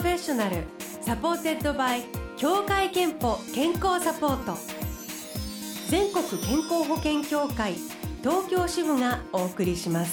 フェッショナルサポーテッドバイ協会憲法健康サポート、全国健康保険協会東京支部がお送りします。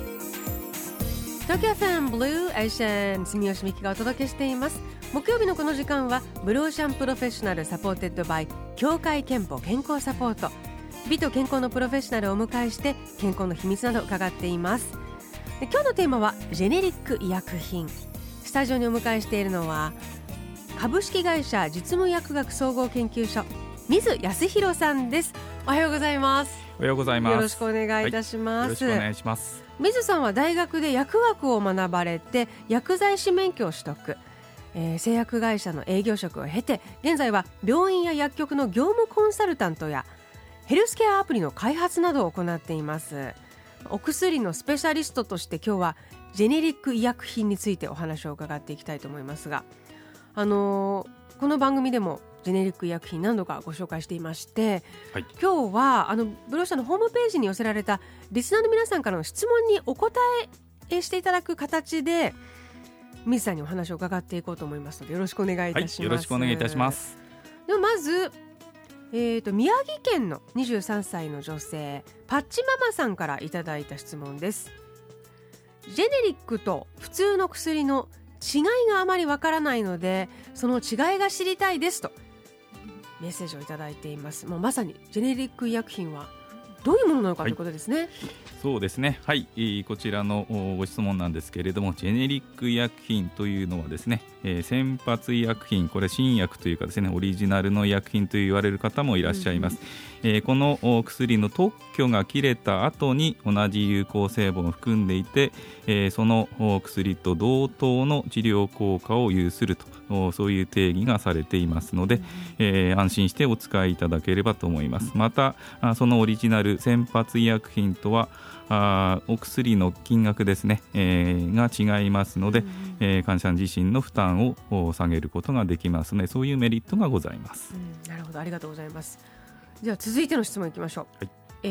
東京FMブルーエーシャン住吉美希がお届けしています。木曜日のこの時間はブルーオーシャンプロフェッショナルサポーテッドバイ協会憲法健康サポート、美と健康のプロフェッショナルをお迎えして健康の秘密など伺っています。で、今日のテーマはジェネリック医薬品。スタジオにお迎えしているのは株式会社実務薬学総合研究所水康弘さんです。おはようございます。 おはようございます。 よろしくお願いいたします。 よろしくお願いします。 水さんは大学で薬学を学ばれて薬剤師免許を取得、製薬会社の営業職を経て現在は病院や薬局の業務コンサルタントやヘルスケアアプリの開発などを行っています。お薬のスペシャリストとして今日はジェネリック医薬品についてお話を伺っていきたいと思いますが、この番組でもジェネリック医薬品何度かご紹介していまして、はい、今日はブロー社のホームページに寄せられたリスナーの皆さんからの質問にお答えしていただく形で水さんにお話を伺っていこうと思いますのでよろしくお願いいたします。 はい、よろしくお願いいたします。 ではまず、宮城県の23歳の女性パッチママさんからいただいた質問です。ジェネリックと普通の薬の違いがあまりわからないのでその違いが知りたいですとメッセージをいただいています。もうまさにジェネリック医薬品はどういうものなのかということですね。 そうですね、はい、こちらのご質問なんですけれども、ジェネリック医薬品というのはですね、先発医薬品、これ新薬というかですね、オリジナルの医薬品と言われる方もいらっしゃいます。この薬の特許が切れた後に同じ有効成分を含んでいて、その薬と同等の治療効果を有すると、そういう定義がされていますので、安心してお使いいただければと思います。またそのオリジナル先発医薬品とはお薬の金額ですね、が違いますので、患者さん自身の負担を下げることができますので、そういうメリットがございます。 なるほど、ありがとうございます。では続いての質問いきましょう。はい、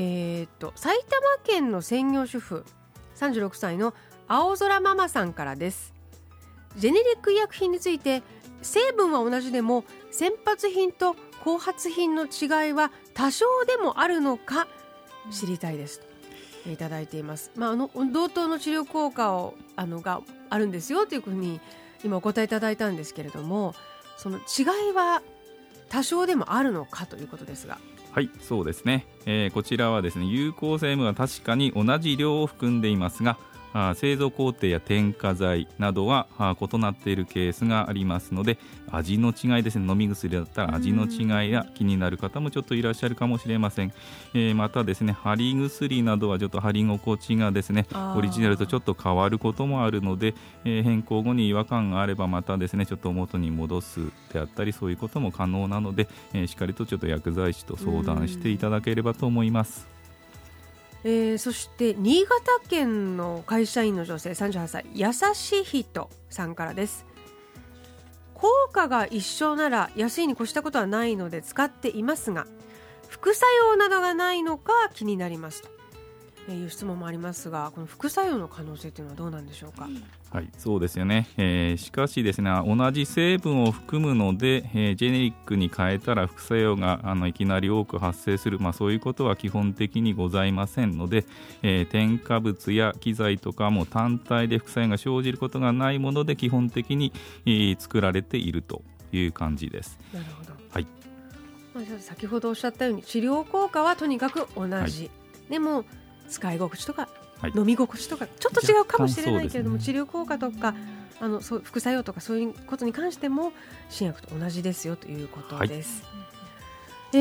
埼玉県の専業主婦36歳の青空ママさんからです。ジェネリック医薬品について成分は同じでも先発品と後発品の違いは多少でもあるのか知りたいですといただいています。同等の治療効果があるんですよというふうに今お答えいただいたんですけれども、その違いは多少でもあるのかということですが。 はい、そうですね、こちらはですね、有効成分は確かに同じ量を含んでいますが、製造工程や添加剤などは異なっているケースがありますので、味の違いですね、飲み薬だったら味の違いが気になる方もちょっといらっしゃるかもしれません。またですね、貼り薬などはちょっと貼り心地がですねオリジナルとちょっと変わることもあるので、変更後に違和感があればまたですねちょっと元に戻すであったり、そういうことも可能なので、しっかりとちょっと薬剤師と相談していただければと思います。 そして新潟県の会社員の女性38歳やさし人さんからです。効果が一緒なら安いに越したことはないので使っていますが、副作用などがないのか気になりますという質問もありますが、この副作用の可能性というのはどうなんでしょうか。 はい、そうですよね。しかしですね、同じ成分を含むので、ジェネリックに変えたら副作用がいきなり多く発生する、そういうことは基本的にございませんので、添加物や機材とかも単体で副作用が生じることがないもので基本的に、作られているという感じです。 なるほど。 はい。 先ほどおっしゃったように治療効果はとにかく同じ、はい、でも使い心地とか飲み心地とかちょっと違うかもしれないけれども、治療効果とか副作用とかそういうことに関しても新薬と同じですよということです。はい、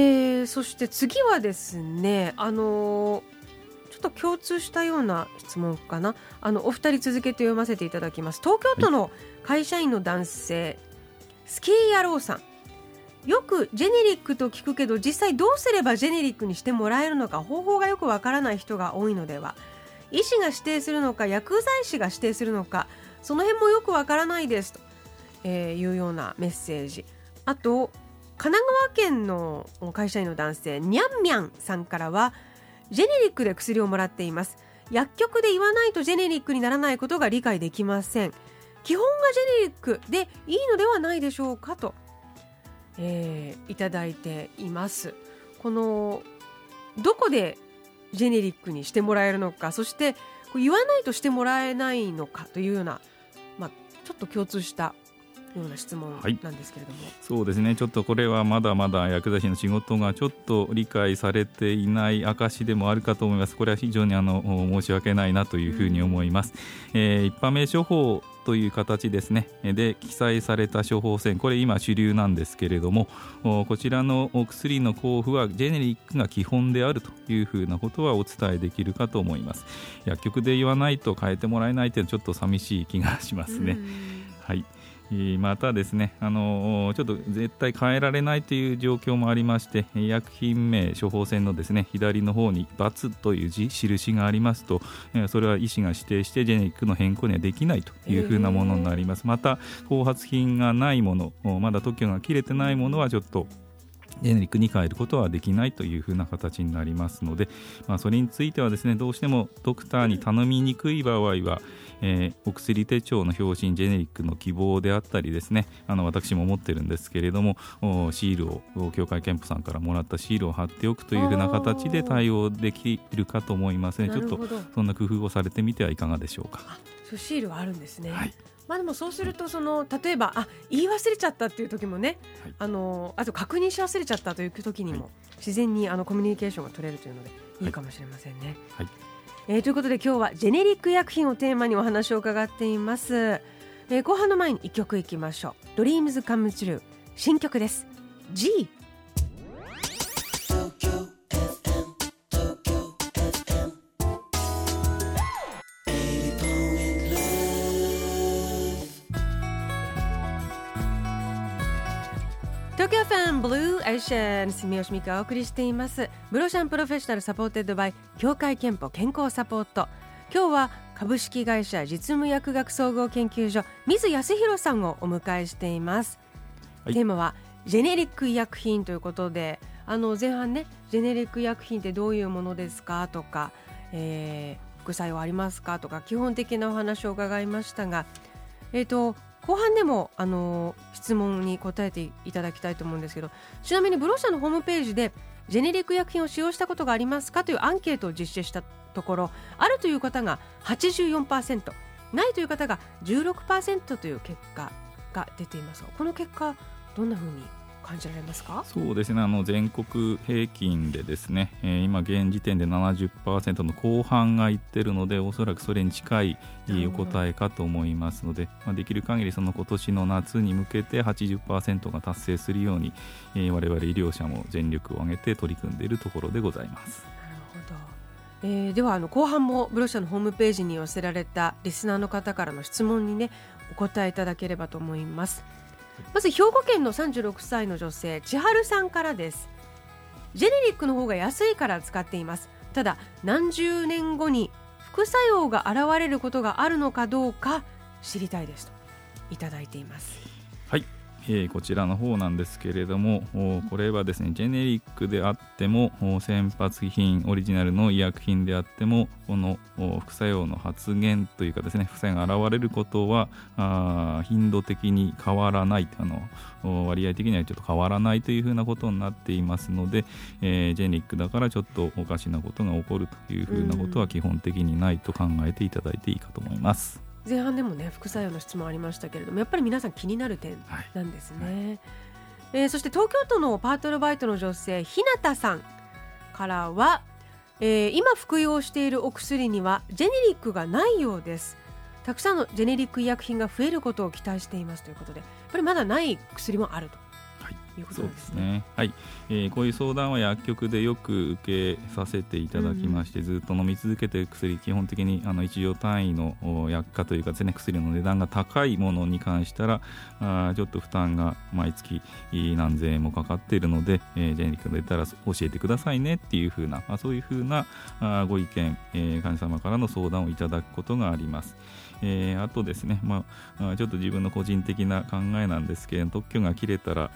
そして次はですね、ちょっと共通したような質問かな。お二人続けて読ませていただきます。東京都の会社員の男性、はい、スキー野郎さん。よくジェネリックと聞くけど実際どうすればジェネリックにしてもらえるのか方法がよくわからない人が多いのでは。医師が指定するのか薬剤師が指定するのかその辺もよくわからないですというようなメッセージ。あと神奈川県の会社員の男性にゃんみゃんさんからは、ジェネリックで薬をもらっています。薬局で言わないとジェネリックにならないことが理解できません。 基本がジェネリックでいいのではないでしょうかと、いただいています。このどこでジェネリックにしてもらえるのか、そして言わないとしてもらえないのかというような、ちょっと共通したような質問なんですけれども、 そうですね、ちょっとこれはまだまだ薬剤師の仕事がちょっと理解されていない証でもあるかと思います。これは非常に申し訳ないなというふうに思います。一般名処方という形ですねで記載された処方箋、これ今主流なんですけれども、こちらのお薬の交付はジェネリックが基本であるというふうなことはお伝えできるかと思います。薬局で言わないと変えてもらえないというのはちょっと寂しい気がしますね。はい。またですね、ちょっと絶対変えられないという状況もありまして、医薬品名処方箋のですね左の方に×という印がありますと、それは医師が指定してジェネリックの変更にはできないというふうなものになります。また後発品がないもの、まだ特許が切れてないものはちょっとジェネリックに変えることはできないというふうな形になりますので、それについてはですね、どうしてもドクターに頼みにくい場合は、お薬手帳の表紙にジェネリックの希望であったりですね、私も持ってるんですけれども、シールを協会憲法さんからもらったシールを貼っておくというふうな形で対応できるかと思いますね。ちょっとそんな工夫をされてみてはいかがでしょうか。 そうシールはあるんですね。 はい。 でもそうすると例えば言い忘れちゃったっていう時もね、あと確認し忘れちゃったという時にも、自然にコミュニケーションが取れるというのでいいかもしれませんね。 はい。 ということで今日はジェネリック薬品をテーマにお話を伺っています。後半の前に1曲いきましょう。 Dreams Come True 新曲です。 G。東京ファンブルーエーシャン住吉美香がお送りしています。ブロシャンプロフェッショナルサポーテッドバイ協会憲法健康サポート。今日は株式会社実務薬学総合研究所水康弘さんをお迎えしています。テーマはジェネリック医薬品ということで、前半ね、ジェネリック医薬品ってどういうものですかとか、副作用ありますかとか基本的なお話を伺いましたが、後半でも質問に答えていただきたいと思うんですけど、ちなみにブロシャのホームページでジェネリック医薬品を使用したことがありますかというアンケートを実施したところ、あるという方が 84%、 ないという方が 16% という結果が出ています。この結果どんなふうに感じられますか？ そうですね、全国平均でですね、今現時点で 70% の後半がいってるので、おそらくそれに近いお答えかと思いますので、できる限り今年の夏に向けて 80% が達成するように、我々医療者も全力を挙げて取り組んでいるところでございます。 なるほど。では後半もブロシャのホームページに寄せられたリスナーの方からの質問にね、お答えいただければと思います。まず兵庫県の36歳の女性千春さんからです。ジェネリックの方が安いから使っています。ただ何十年後に副作用が現れることがあるのかどうか知りたいですといただいています。 はい、こちらの方なんですけれども、これはですね、ジェネリックであっても先発品オリジナルの医薬品であっても、この副作用の発現というかですね、副作用が現れることは頻度的に変わらない、割合的にはちょっと変わらないというふうなことになっていますので、ジェネリックだからちょっとおかしなことが起こるというふうなことは基本的にないと考えていただいていいかと思います。 前半でもね、副作用の質問ありましたけれども、やっぱり皆さん気になる点なんですね。そして東京都のパートアルバイトの女性日向さんからは、今服用しているお薬にはジェネリックがないようです。たくさんのジェネリック医薬品が増えることを期待していますということで、やっぱりまだない薬もあるということですね。 はい、こういう相談は薬局でよく受けさせていただきまして、ずっと飲み続けている薬、基本的に1錠単位の薬価というかですね、薬の値段が高いものに関したらちょっと負担が毎月何千円もかかっているので、ジェネリックが出たら教えてくださいねっていう風な、そういう風なご意見、患者様からの相談をいただくことがあります。あとですね、ちょっと自分の個人的な考えなんですけれど、特許が切れたら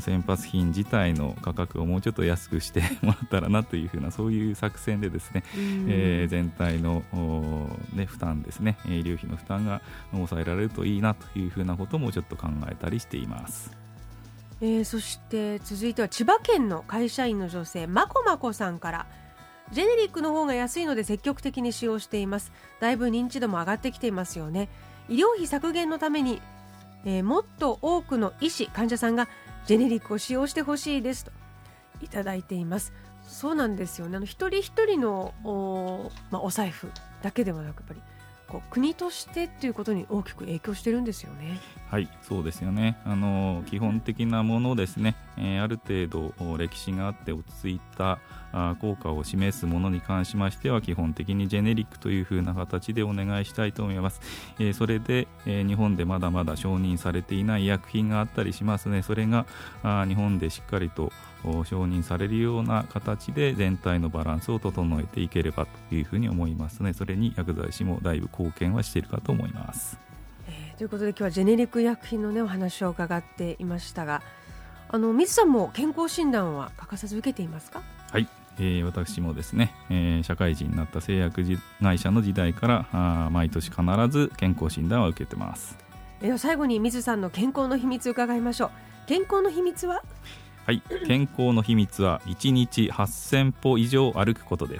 先発品自体の価格をもうちょっと安くしてもらったらなというふうな、そういう作戦でですね、全体の、負担ですね、医療費の負担が抑えられるといいなというふうなこともちょっと考えたりしています。 そして続いては千葉県の会社員の女性まこまこさんから、ジェネリックの方が安いので積極的に使用しています。だいぶ認知度も上がってきていますよね。医療費削減のために、もっと多くの医師患者さんがジェネリックを使用してほしいですといただいています。そうなんですよね。一人一人の お財布だけではなく、やっぱり国としてということに大きく影響してるんですよね。 はい、そうですよね。基本的なものですね、ある程度歴史があって落ち着いた効果を示すものに関しましては、基本的にジェネリックというふうな形でお願いしたいと思います。それで、日本でまだまだ承認されていない医薬品があったりしますね。それが日本でしっかりと承認されるような形で全体のバランスを整えていければというふうに思いますね。それに薬剤師もだいぶ貢献はしているかと思います。 ということで今日はジェネリック医薬品の、お話を伺っていましたが、水さんも健康診断は欠かさず受けていますか？ はい、私もですね、社会人になった製薬会社の時代から毎年必ず健康診断は受けてます。 最後に水さんの健康の秘密を伺いましょう。健康の秘密は？ はい、健康の秘密は1日8000歩以上歩くことです。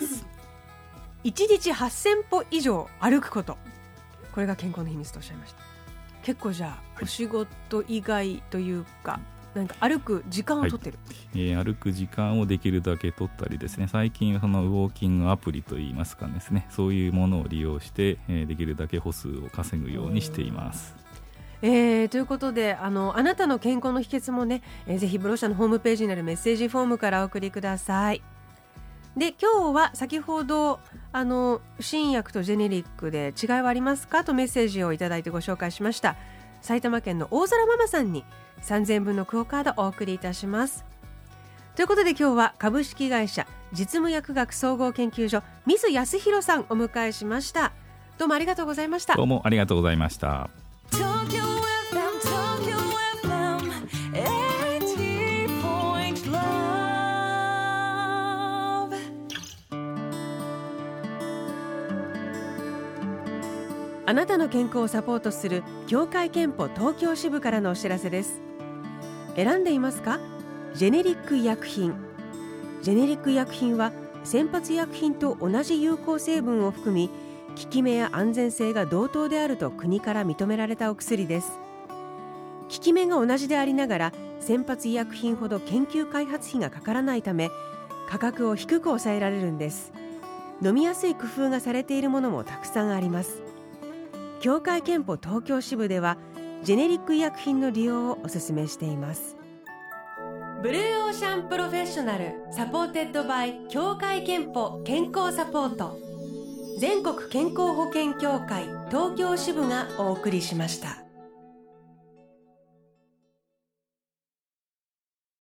1日8000歩以上歩くこと、これが健康の秘密とおっしゃいました。結構じゃあ、お仕事以外というか、なんか歩く時間を取ってる、 歩く時間をできるだけ取ったりですね、最近そのウォーキングアプリといいますかですね、そういうものを利用して、できるだけ歩数を稼ぐようにしています。 ということで、あなたの健康の秘訣もね、ぜひブロシャのホームページにあるメッセージフォームからお送りください。で、今日は先ほど新薬とジェネリックで違いはありますかとメッセージをいただいてご紹介しました。埼玉県の大空ママさんに3000分のクオカードお送りいたします。ということで今日は株式会社実務薬学総合研究所水康弘さんお迎えしました。どうもありがとうございました。 どうもありがとうございました。 あなたの健康をサポートする協会憲法東京支部からのお知らせです。選んでいますか？ジェネリック医薬品。ジェネリック医薬品は先発医薬品と同じ有効成分を含み、効き目や安全性が同等であると国から認められたお薬です。効き目が同じでありながら先発医薬品ほど研究開発費がかからないため、価格を低く抑えられるんです。飲みやすい工夫がされているものもたくさんあります。協会憲法東京支部ではジェネリック医薬品の利用をお勧めしています。ブルーオーシャンプロフェッショナルサポーテッドバイ協会憲法健康サポート、全国健康保険協会東京支部がお送りしました。